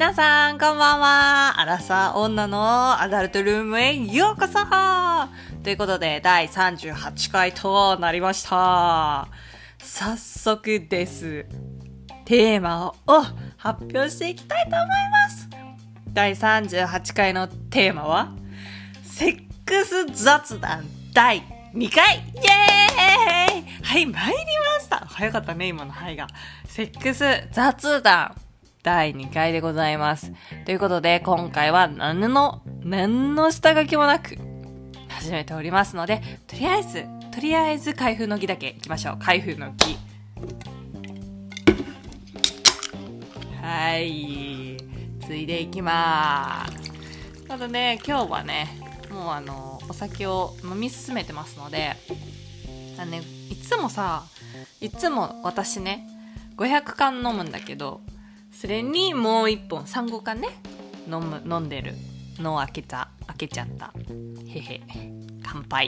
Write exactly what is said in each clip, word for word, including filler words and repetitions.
皆さんこんばんは。アラサー女のアダルトルームへようこそということでだいさんじゅうはちかいとなりました。早速ですテーマを発表していきたいと思います。だいさんじゅうはちかいのテーマはセックス雑談だいにかい。イエーイ。はい、参りました。早かったね今のはいが。セックス雑談だいにかいでございます。ということで今回は何の何の下書きもなく始めておりますので、とりあえずとりあえず開封の儀だけいきましょう。開封の儀、はい、ついでいきまーす。ただね今日はねもうあのお酒を飲み進めてますので、あのね、いつもさいつも私ねごひゃくかん飲むんだけど、それにもういっぽんさんごかんね飲む飲んでるのを開けた開けちゃったへへ。乾杯。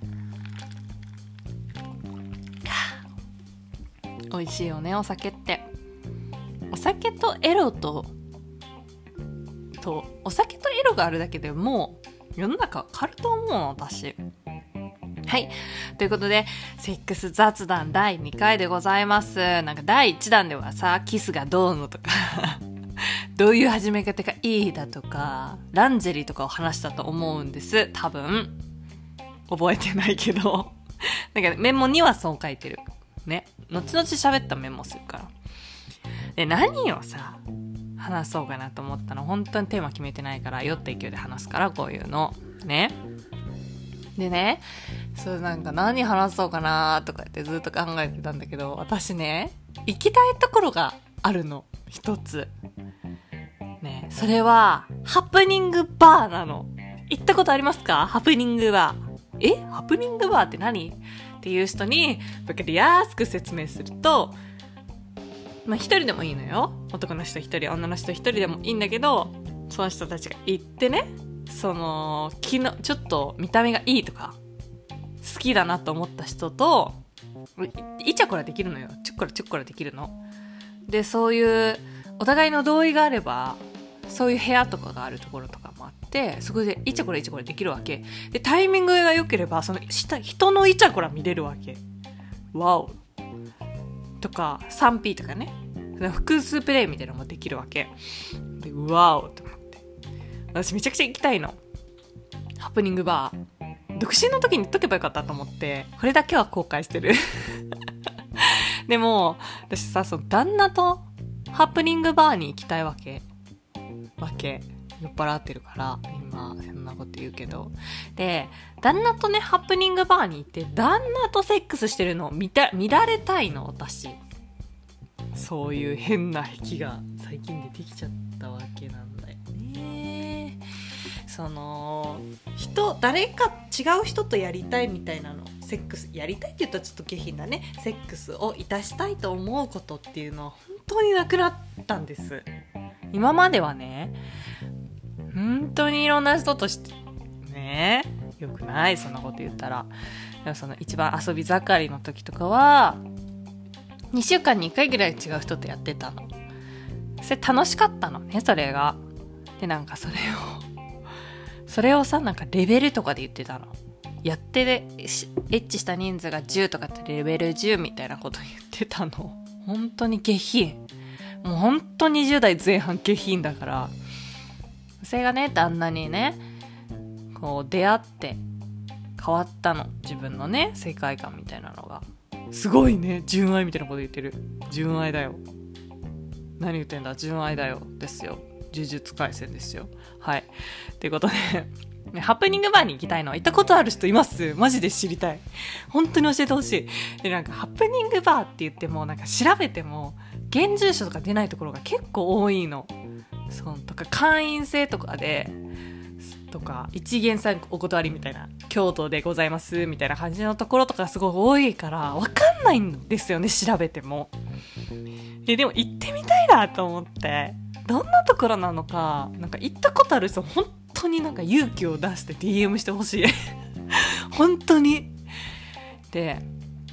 美味しいよねお酒って。お酒とエロととお酒とエロがあるだけでもう世の中変わると思うの私。はい、ということでセックス雑談だいにかいでございます。なんかだいいちだんではさキスがどうのとかどういう始め方がいいだとかランジェリーとかを話したと思うんです。多分覚えてないけどなんかメモにはそう書いてるね。後々喋ったメモするから。で何をさ話そうかなと思ったの。本当にテーマ決めてないから酔った勢いで話すから、こういうのね。でね、そうなんか何話そうかなとかってずっと考えてたんだけど、私ね行きたいところがあるの一つね。それはハプニングバーなの。行ったことありますか？ハプニングバー。えハプニングバーって何っていう人に分かりやすく説明すると、まあ一人でもいいのよ。男の人一人女の人一人でもいいんだけど、その人たちが行ってね、その気のちょっと見た目がいいとか好きだなと思った人とイチャコラできるのよ。ちょっこらちょっこらできるので、そういうお互いの同意があればそういう部屋とかがあるところとかもあって、そこでイチャコライチャコラできるわけで、タイミングが良ければその人のイチャコラ見れるわけ。ワオとか スリーピー とかね、複数プレイみたいなのもできるわけで、ワオと思って、私めちゃくちゃ行きたいのハプニングバー。独身の時に言っとけばよかったと思ってこれだけは後悔してるでも私さ、その旦那とハプニングバーに行きたいわけわけ酔っ払ってるから今そんなこと言うけど、で旦那とねハプニングバーに行って旦那とセックスしてるのを見た見られたいの私。そういう変な癖が最近出てきちゃったわけなんだよね。その人誰か違う人とやりたいみたいなの、セックスやりたいって言ったらちょっと下品だね。セックスをいたしたいと思うことっていうのは本当になくなったんです。今まではね本当にいろんな人としてね、よくないそんなこと言ったら。でもその一番遊び盛りの時とかはにしゅうかんにいっかいぐらい違う人とやってたの。それ楽しかったのねそれが。でなんかそれをそれをさなんかレベルとかで言ってたの。やってでエッチした人数がじゅうとかってレベルじゅうみたいなこと言ってたの。本当に下品。もう本当にじゅう代前半下品だから。それがね旦那にねこう出会って変わったの、自分のね世界観みたいなのが。すごいね純愛みたいなこと言ってる。純愛だよ。何言ってんだ、純愛だよですよ。呪術廻戦ですよ。はいということでね、ハプニングバーに行きたいの。行ったことある人います？マジで知りたい。本当に教えてほしい。でなんかハプニングバーって言ってもなんか調べても現住所とか出ないところが結構多いの。そうとか会員制とかでとか一元さんお断りみたいな、京都でございますみたいな感じのところとかすごい多いから分かんないんですよね調べても。えでも行ってみたいなと思って、どんなところなのかなんか行ったことある人本当になんか勇気を出して ディーエム してほしい本当に。で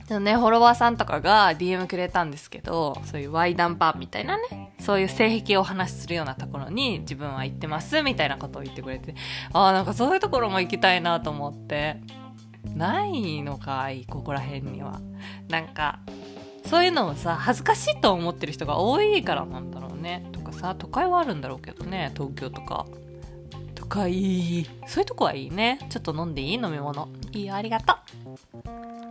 そのね、フォロワーさんとかが ディーエム くれたんですけど、そういうワイダンバーみたいなね、そういう性癖をお話しするようなところに自分は行ってますみたいなことを言ってくれて、ああ、なんかそういうところも行きたいなと思って。ないのかい、ここら辺には。なんかそういうのをさ、恥ずかしいと思ってる人が多いからなんだろうね。とかさ、都会はあるんだろうけどね、東京とか。都会、そういうとこはいいね。ちょっと飲んでいい？飲み物。いいよ、ありがとう。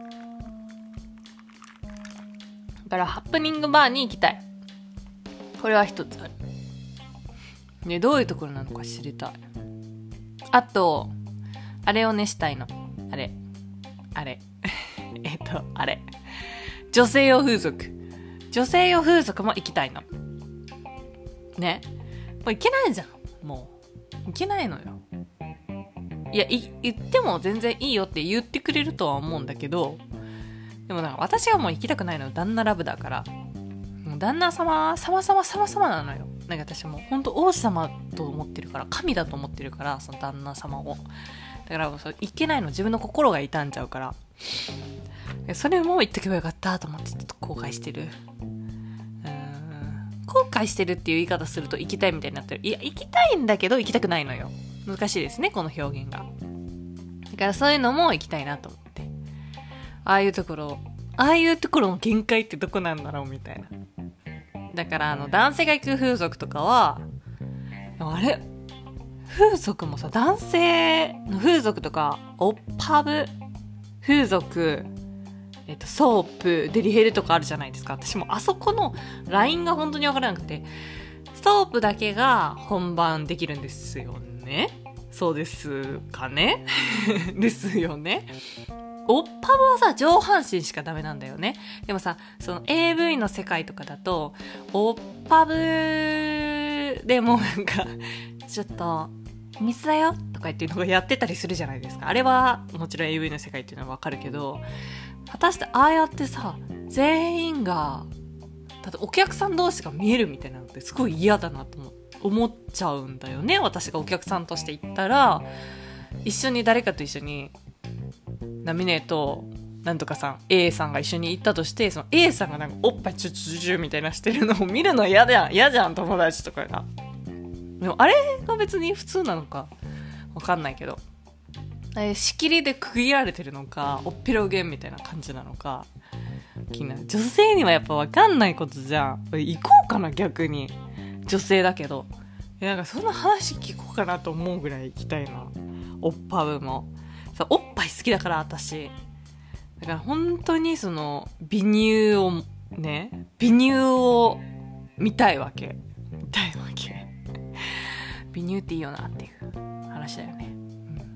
だからハプニングバーに行きたい。これは一つある。ね、どういうところなのか知りたい。あと、あれをね、したいの。あれ。あれ。えっと、あれ。女性用風俗。女性用風俗も行きたいの。ね。もう行けないじゃん。もう。行けないのよ。いや、い、言っても全然いいよって言ってくれるとは思うんだけど、でもなんか私がもう行きたくないのよ。旦那ラブだから。もう旦那様、様様様様なのよ。なんか私もう本当王子様と思ってるから、神だと思ってるから、その旦那様を。だからそういけないの、自分の心が傷んじゃうから、それも言っとけばよかったと思ってちょっと後悔してる。うーん、後悔してるっていう言い方すると行きたいみたいになってる。いや、行きたいんだけど行きたくないのよ。難しいですね、この表現が。だからそういうのも行きたいなと思って、ああいうところああいうところの限界ってどこなんだろうみたいな。だからあの男性が行く風俗とかは、あれ風俗もさ、男性の風俗とか、オッパブ風俗、えっと、ソープ、デリヘルとかあるじゃないですか。私もあそこのラインが本当にわからなくて、ソープだけが本番できるんですよね。そうですかねですよね。オッパブはさ、上半身しかダメなんだよね。でもさ、その エーブイ の世界とかだと、オッパブでもなんか、ちょっと、秘密だよとか言ってるのがやってたりするじゃないですか。あれはもちろん エーブイ の世界っていうのはわかるけど、果たしてああやってさ、全員が、だってお客さん同士が見えるみたいなのってすごい嫌だなと思思っちゃうんだよね。私がお客さんとして行ったら、一緒に誰かと一緒にナミネーとなんとかさん A さんが一緒に行ったとして、その A さんがなんかおっぱいチュチュチュみたいなしてるのを見るの嫌じゃん嫌じゃん友達とかが。でもあれが別に普通なのかわかんないけど、仕切りで区切られてるのか、おっぴろげんみたいな感じなのか気になる。女性にはやっぱわかんないことじゃん。行こうかな、逆に。女性だけど、なんかそんな話聞こうかなと思うぐらい行きたいな。おっぱぶもさ、おっぱい好きだから私。だから本当にその美乳をね、美乳を見たいわけ。見たいわけ。美乳っていいよなっていう話だよね。うん、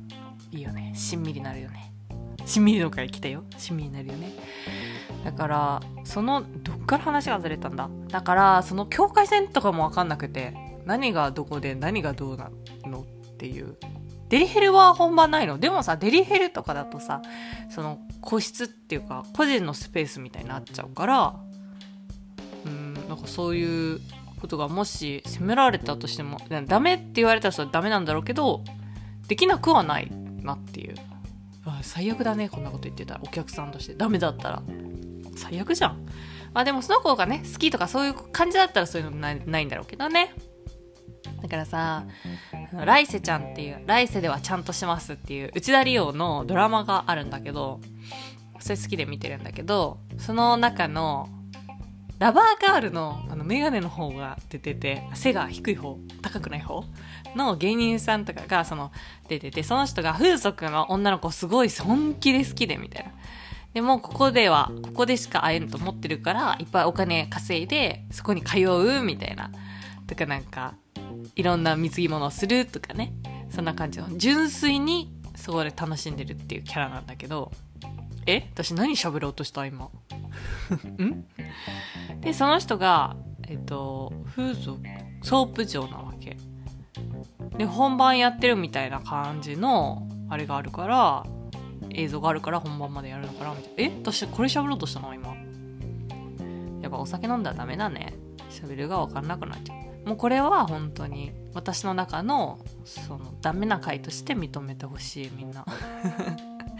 いいよね。しんみりなるよね。しんみりの回来たよ。しんみりなるよね。だからそのどっから話がずれたんだ。だからその境界線とかも分かんなくて、何がどこで何がどうなのっていう。デリヘルは本番ないの。でもさ、デリヘルとかだとさ、その個室っていうか個人のスペースみたいになっちゃうから、うーん、なんかそういうことがもし責められたとしても、ダメって言われたらそれダメなんだろうけど、できなくはないなっていう。あ、最悪だね、こんなこと言ってたら。お客さんとしてダメだったら最悪じゃん。まあでもその子がね好きとかそういう感じだったらそういうのない、ないんだろうけどね。だからさ、来世ちゃんっていう、来世ではちゃんとしますっていう内田理央のドラマがあるんだけど、それ好きで見てるんだけど、その中のラバーガールのあのメガネの方が出てて、背が低い方、高くない方の芸人さんとかがその出てて、その人が風俗の女の子すごい本気で好きでみたいな。でもここではここでしか会えんと思ってるからいっぱいお金稼いでそこに通うみたいなとか、なんかいろんな貢ぎ物をするとかね、そんな感じの純粋にそこで楽しんでるっていうキャラなんだけど、え私何喋ろうとした今んでその人がえっと風俗ソープ嬢なわけで、本番やってるみたいな感じのあれがあるから、映像があるから本番までやるのかなみたいな。え私これ喋ろうとしたの今。やっぱお酒飲んだらダメだね。喋るが分かんなくなっちゃう。もうこれは本当に私の中のそのダメな回として認めてほしい、みんな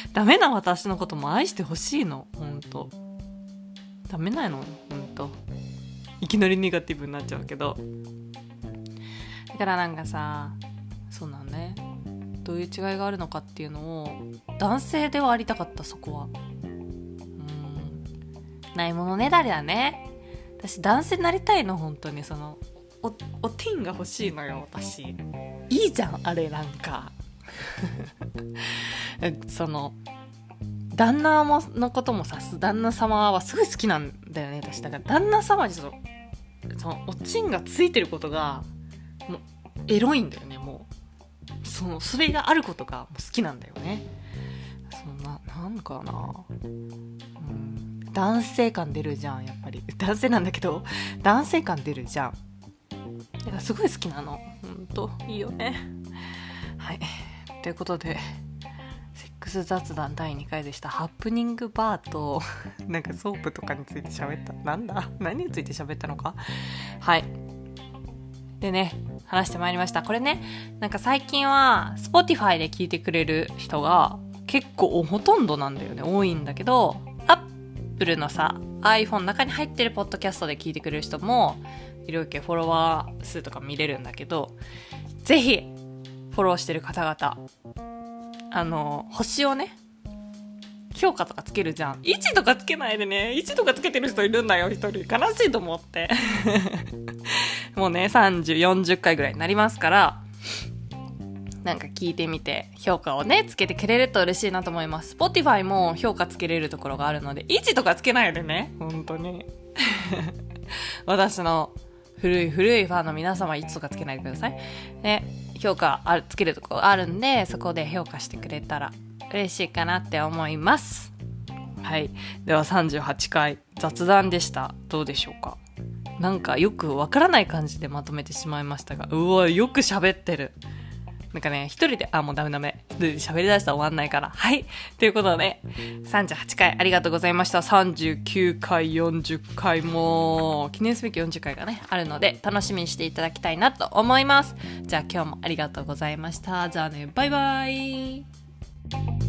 ダメな私のことも愛してほしいの。ほんとダメなのほんと。いきなりネガティブになっちゃうけど、だからなんかさ、そうなんね、どういう違いがあるのかっていうのを男性ではありたかった。そこはうんないものねだりだね。私男性になりたいの。本当にその お, おティンが欲しいのよ私。いいじゃんあれなんかその旦那ものこともさ、旦那様はすごい好きなんだよね私。だから旦那様にそのそのおちんがついてることがもうエロいんだよね。もうそのそれがあることが好きなんだよね。そんななんかな、うん、男性感出るじゃんやっぱり。男性なんだけど男性感出るじゃん。だからすごい好きなの。ほんといいよね。はいということでセックス雑談だいにかいでした。ハプニングバーとなんかソープとかについて喋った。なんだ何について喋ったのか。はいでね話してまいりました。これねなんか最近は Spotify で聞いてくれる人が結構ほとんどなんだよね。多いんだけど Apple のさ iPhone の中に入ってるポッドキャストで聞いてくれる人もいるわけ。フォロワー数とか見れるんだけど、ぜひフォローしてる方々あの星をね評価とかつけるじゃん。いちとかつけないでね。いちとかつけてる人いるんだよ一人。悲しいと思ってもうねさんじゅう、よんじゅっかいぐらいになりますから、なんか聞いてみて評価をねつけてくれると嬉しいなと思います。 Spotify も評価つけれるところがあるのでいちとかつけないでね本当に私の古い古いファンの皆様いちとかつけないでくださいね。評価あるつけるところあるんで、そこで評価してくれたら嬉しいかなって思います。はいではさんじゅうはちかい雑談でした。どうでしょうか。なんかよくわからない感じでまとめてしまいましたが、うわよく喋ってる。なんかね一人であもうダメダメで喋り出したら終わんないから。はいということでさんじゅうはちかいありがとうございました。さんじゅうきゅうかいよんじゅっかいも記念すべきよんじゅっかいがねあるので楽しみにしていただきたいなと思います。じゃあ今日もありがとうございました。じゃあねバイバイ。